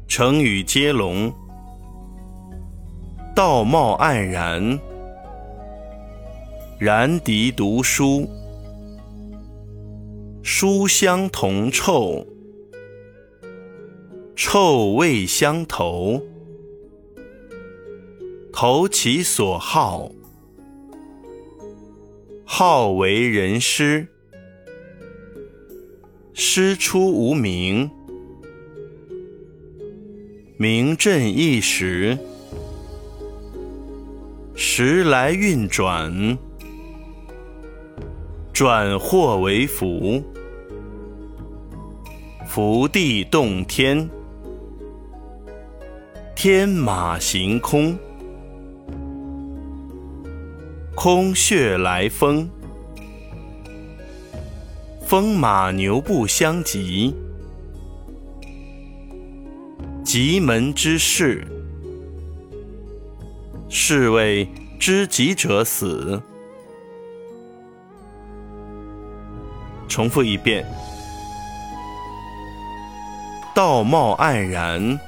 成语接龙：道貌岸然，然敌读书，书香同臭，臭味相投，投其所好，好为人师，师出无名，名震一时，时来运转，转祸为福，福地动天，天马行空，空穴来风，风马牛不相及，急门之事，是谓知己者死。重复一遍：道貌岸然，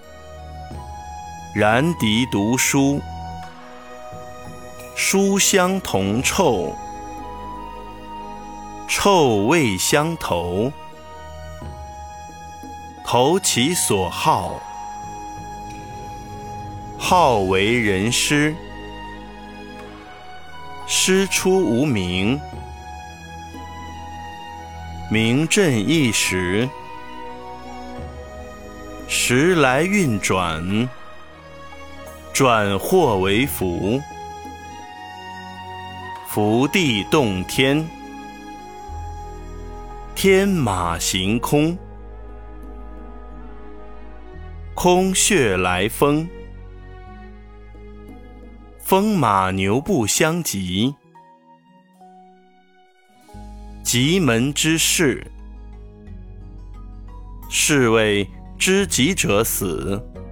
然敌读书，书香同臭，臭味相投，投其所好，好为人师，师出无名，名震一时，时来运转，转祸为福，福地动天，天马行空，空穴来风，风马牛不相及，急门之事，是谓知己者死。